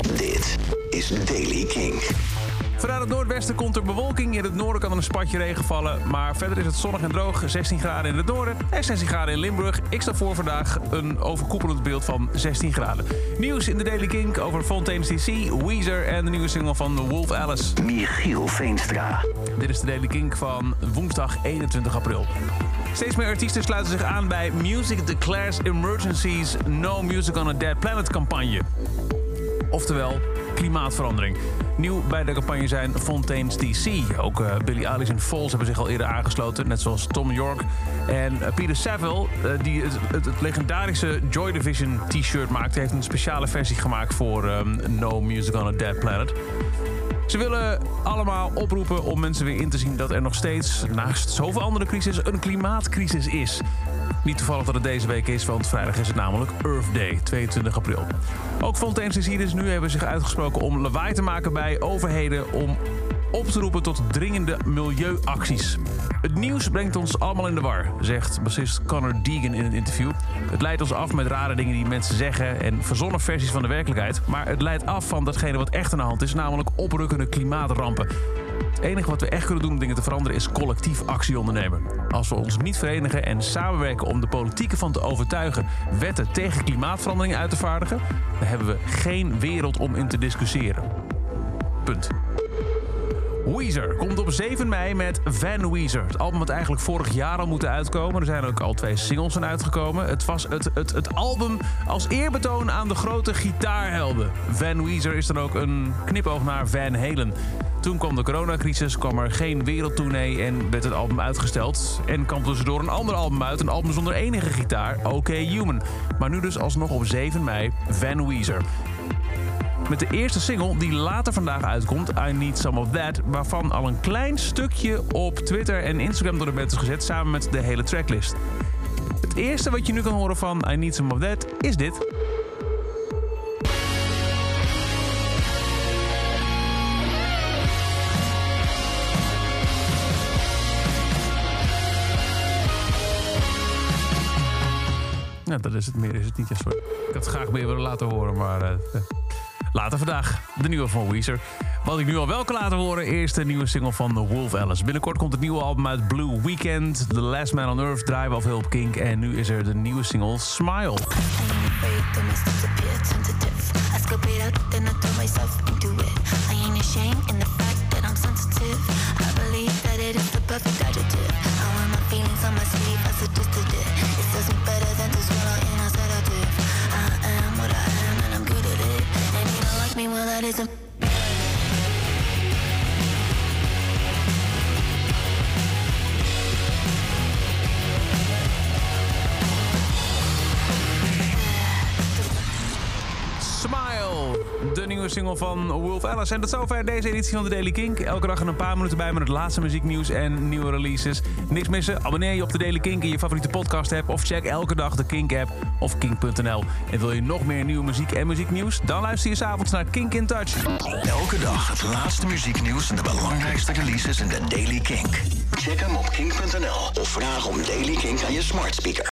Dit is Daily King. Vanuit het noordwesten komt er bewolking. In het noorden kan er een spatje regen vallen. Maar verder is het zonnig en droog. 16 graden in het noorden en 16 graden in Limburg. Ik stel voor vandaag een overkoepelend beeld van 16 graden. Nieuws in de Daily King over Fontaine's DC, Weezer en de nieuwe single van Wolf Alice. Michiel Veenstra. Dit is de Daily King van woensdag 21 april. Steeds meer artiesten sluiten zich aan bij Music Declares Emergency's No Music on a Dead Planet campagne. Oftewel, klimaatverandering. Nieuw bij de campagne zijn Fontaine's DC. Ook Billie Eilish en Foals hebben zich al eerder aangesloten. Net zoals Tom York. En Peter Saville, die het legendarische Joy Division t-shirt maakt, heeft een speciale versie gemaakt voor No Music on a Dead Planet. Ze willen allemaal oproepen om mensen weer in te zien dat er nog steeds, naast zoveel andere crisis, een klimaatcrisis is. Niet toevallig dat het deze week is, want vrijdag is het namelijk Earth Day, 22 april. Ook Fontaine's DC dus nu hebben zich uitgesproken om lawaai te maken bij overheden om op te roepen tot dringende milieuacties. Het nieuws brengt ons allemaal in de war, zegt bassist Connor Deegan in een interview. Het leidt ons af met rare dingen die mensen zeggen en verzonnen versies van de werkelijkheid. Maar het leidt af van datgene wat echt aan de hand is, namelijk oprukkende klimaatrampen. Het enige wat we echt kunnen doen om dingen te veranderen is collectief actie ondernemen. Als we ons niet verenigen en samenwerken om de politieken van te overtuigen wetten tegen klimaatverandering uit te vaardigen, dan hebben we geen wereld om in te discussiëren. Punt. Weezer komt op 7 mei met Van Weezer. Het album had eigenlijk vorig jaar al moeten uitkomen. Er zijn ook al 2 singles van uitgekomen. Het was het album als eerbetoon aan de grote gitaarhelden. Van Weezer is dan ook een knipoog naar Van Halen. Toen kwam de coronacrisis, kwam er geen wereldtournee en werd het album uitgesteld. En kwam tussendoor een ander album uit, een album zonder enige gitaar, OK Human. Maar nu dus alsnog op 7 mei Van Weezer. Met de eerste single die later vandaag uitkomt, I Need Some of That, waarvan al een klein stukje op Twitter en Instagram door de bed is gezet samen met de hele tracklist. Het eerste wat je nu kan horen van I Need Some of That is dit. Nou, dat is het, meer is het niet. Ja, sorry. Ik had het graag meer willen laten horen, maar later vandaag de nieuwe van Weezer. Wat ik nu al wel kan laten horen, eerst de nieuwe single van Wolf Alice. Binnenkort komt het nieuwe album uit, Blue Weekend. The Last Man on Earth draaien we al veel op Kink. En nu is er de nieuwe single Smile. Smile, de nieuwe single van Wolf Alice. En tot zover deze editie van de Daily Kink. Elke dag een paar minuten bij met het laatste muzieknieuws en nieuwe releases. Niks missen, abonneer je op de Daily Kink in je favoriete podcast app of check elke dag de Kink app of kink.nl. En wil je nog meer nieuwe muziek en muzieknieuws? Dan luister je 's avonds naar Kink in Touch. Elke dag het laatste muzieknieuws en de belangrijkste releases in de Daily Kink. Check hem op kink.nl of vraag om Daily Kink aan je smart speaker.